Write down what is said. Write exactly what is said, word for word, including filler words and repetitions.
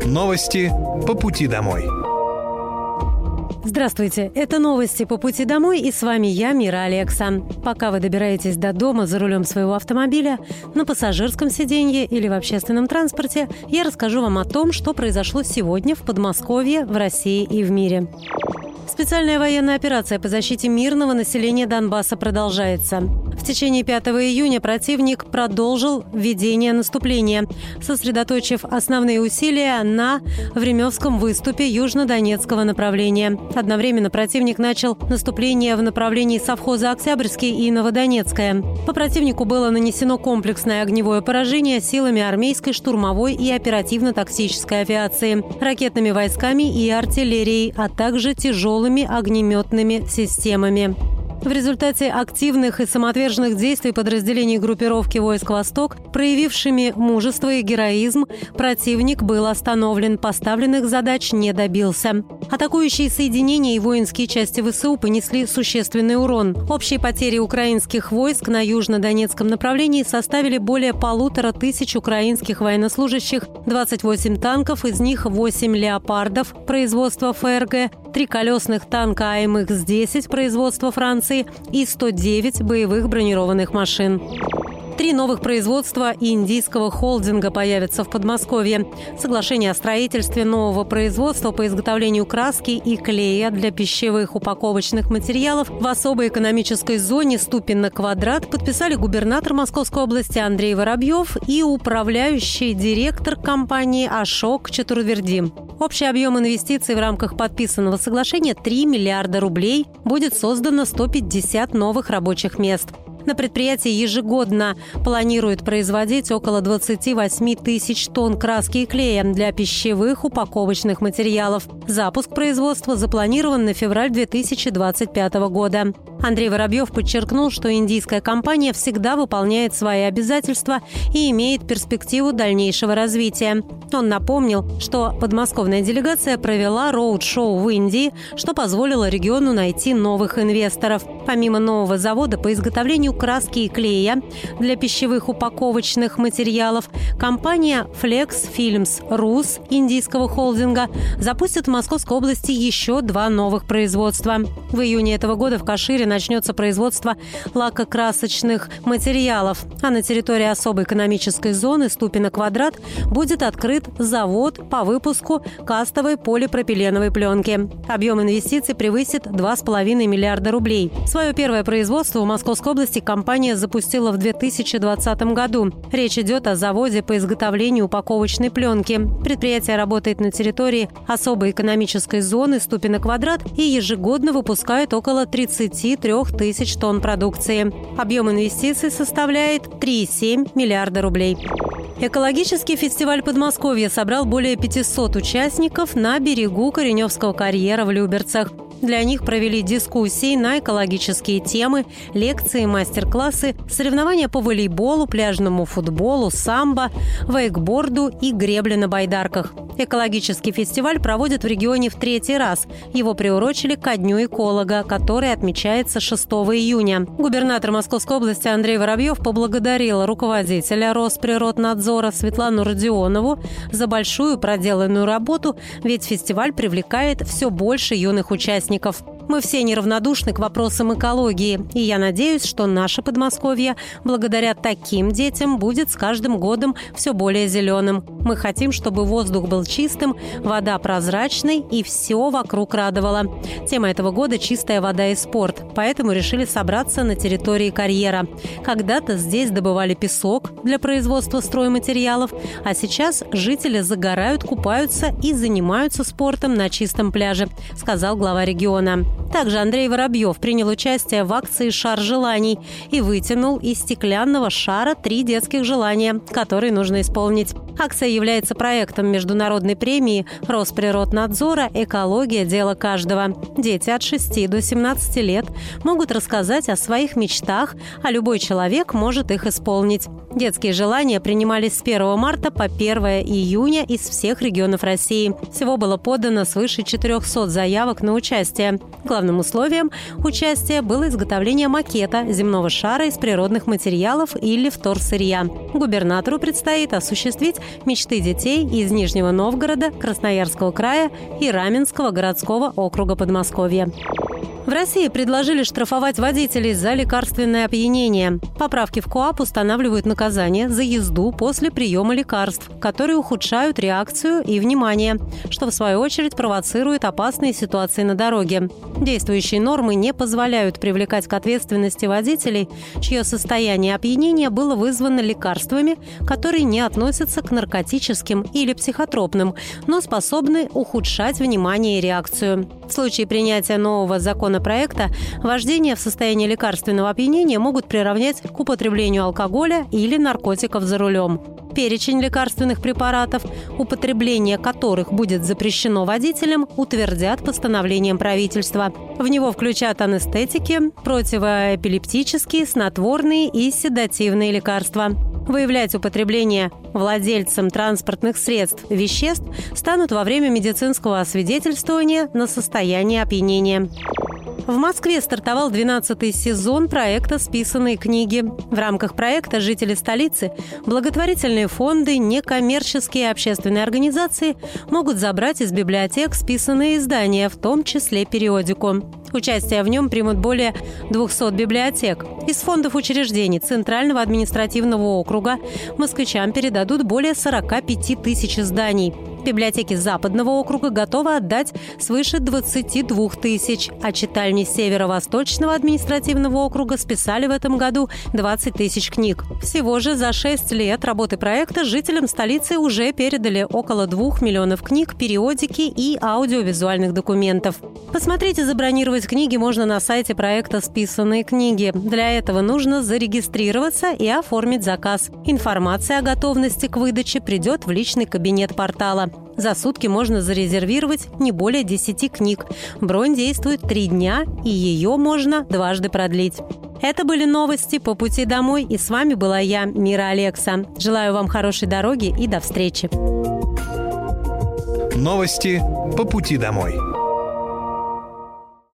Новости по пути домой. Здравствуйте, это новости по пути домой, и с вами я, Мира Алекса. Пока вы добираетесь до дома за рулем своего автомобиля, на пассажирском сиденье или в общественном транспорте, я расскажу вам о том, что произошло сегодня в Подмосковье, в России и в мире. Специальная военная операция по защите мирного населения Донбасса продолжается. В течение пятого июня противник продолжил ведение наступления, сосредоточив основные усилия на Времевском выступе южнодонецкого направления. Одновременно противник начал наступление в направлении совхоза «Октябрьский» и «Новодонецкое». По противнику было нанесено комплексное огневое поражение силами армейской, штурмовой и оперативно-тактической авиации, ракетными войсками и артиллерией, а также тяжелыми огнеметными системами. В результате активных и самоотверженных действий подразделений группировки войск «Восток», проявившими мужество и героизм, противник был остановлен, поставленных задач не добился. Атакующие соединения и воинские части ВСУ понесли существенный урон. Общие потери украинских войск на южнодонецком направлении составили более полутора тысяч украинских военнослужащих, двадцать восемь танков, из них восемь «Леопардов» производства ФРГ, три колесных танка А М Х десять производства Франции и сто девять боевых бронированных машин. Три новых производства индийского холдинга появятся в Подмосковье. Соглашение о строительстве нового производства по изготовлению краски и клея для пищевых упаковочных материалов в особой экономической зоне «Ступино-Квадрат» подписали губернатор Московской области Андрей Воробьев и управляющий директор компании Ашок Чатурверди. Общий объем инвестиций в рамках подписанного соглашения – три миллиарда рублей. Будет создано сто пятьдесят новых рабочих мест. На предприятии ежегодно планируют производить около двадцать восемь тысяч тонн краски и клея для пищевых упаковочных материалов. Запуск производства запланирован на февраль две тысячи двадцать пятого года. Андрей Воробьев подчеркнул, что индийская компания всегда выполняет свои обязательства и имеет перспективу дальнейшего развития. Он напомнил, что подмосковная делегация провела роуд-шоу в Индии, что позволило региону найти новых инвесторов. Помимо нового завода по изготовлению краски и клея для пищевых упаковочных материалов, компания Flex Films Rus индийского холдинга запустит в Московской области еще два новых производства. В июне этого года в Кашире начнется производство лакокрасочных материалов, а на территории особой экономической зоны Ступино-Квадрат будет открыт завод по выпуску кастовой полипропиленовой пленки. Объем инвестиций превысит два с половиной миллиарда рублей. Свое первое производство в Московской области компания запустила в две тысячи двадцатом году. Речь идет о заводе по изготовлению упаковочной пленки. Предприятие работает на территории особой экономической зоны Ступино-Квадрат и ежегодно выпускает около тридцати трёх тысяч тонн продукции. Объем инвестиций составляет три целых семь десятых миллиарда рублей. Экологический фестиваль Подмосковья собрал более пятисот участников на берегу Кореневского карьера в Люберцах. Для них провели дискуссии на экологические темы, лекции, мастер-классы, соревнования по волейболу, пляжному футболу, самбо, вейкборду и гребле на байдарках. Экологический фестиваль проводят в регионе в третий раз. Его приурочили ко Дню эколога, который отмечается шестого июня. Губернатор Московской области Андрей Воробьев поблагодарил руководителя Росприроднадзора Светлану Родионову за большую проделанную работу, ведь фестиваль привлекает все больше юных участников. Мы все неравнодушны к вопросам экологии, и я надеюсь, что наше Подмосковье благодаря таким детям будет с каждым годом все более зеленым. Мы хотим, чтобы воздух был чистым, вода прозрачной и все вокруг радовало. Тема этого года – чистая вода и спорт, поэтому решили собраться на территории карьера. Когда-то здесь добывали песок для производства стройматериалов, а сейчас жители загорают, купаются и занимаются спортом на чистом пляже, сказал глава региона. Также Андрей Воробьев принял участие в акции «Шар желаний» и вытянул из стеклянного шара три детских желания, которые нужно исполнить. Акция является проектом международной премии Росприроднадзора «Экология. Дело каждого». Дети от шести до семнадцати лет могут рассказать о своих мечтах, а любой человек может их исполнить. Детские желания принимались с первого марта по первое июня из всех регионов России. Всего было подано свыше четырехсот заявок на участие. Главным условием участия было изготовление макета земного шара из природных материалов или вторсырья. Губернатору предстоит осуществить мечты детей из Нижнего Новгорода, Красноярского края и Раменского городского округа Подмосковья. В России предложили штрафовать водителей за лекарственное опьянение. Поправки в КоАП устанавливают наказание за езду после приема лекарств, которые ухудшают реакцию и внимание, что в свою очередь провоцирует опасные ситуации на дороге. Действующие нормы не позволяют привлекать к ответственности водителей, чье состояние опьянения было вызвано лекарствами, которые не относятся к наркотическим или психотропным, но способны ухудшать внимание и реакцию. В случае принятия нового законопроекта вождение в состоянии лекарственного опьянения могут приравнять к употреблению алкоголя или наркотиков за рулем. Перечень лекарственных препаратов, употребление которых будет запрещено водителям, утвердят постановлением правительства. В него включат анестетики, противоэпилептические, снотворные и седативные лекарства. Выявлять употребление владельцам транспортных средств веществ станут во время медицинского освидетельствования на состояние опьянения. В Москве стартовал двенадцатый сезон проекта «Списанные книги». В рамках проекта жители столицы, благотворительные фонды, некоммерческие общественные организации могут забрать из библиотек списанные издания, в том числе периодику. Участие в нем примут более двухсот библиотек. Из фондов учреждений Центрального административного округа москвичам передадут более сорока пяти тысяч изданий. Библиотеки Западного округа готовы отдать свыше двадцати двух тысяч, а читальни Северо-Восточного административного округа списали в этом году двадцать тысяч книг. Всего же за шесть лет работы проекта жителям столицы уже передали около двух миллионов книг, периодики и аудиовизуальных документов. Посмотреть и забронировать книги можно на сайте проекта «Списанные книги». Для этого нужно зарегистрироваться и оформить заказ. Информация о готовности к выдаче придет в личный кабинет портала. За сутки можно зарезервировать не более десяти книг. Бронь действует три дня, и ее можно дважды продлить. Это были новости по пути домой, и с вами была я, Мира Алекса. Желаю вам хорошей дороги и до встречи. Новости по пути домой.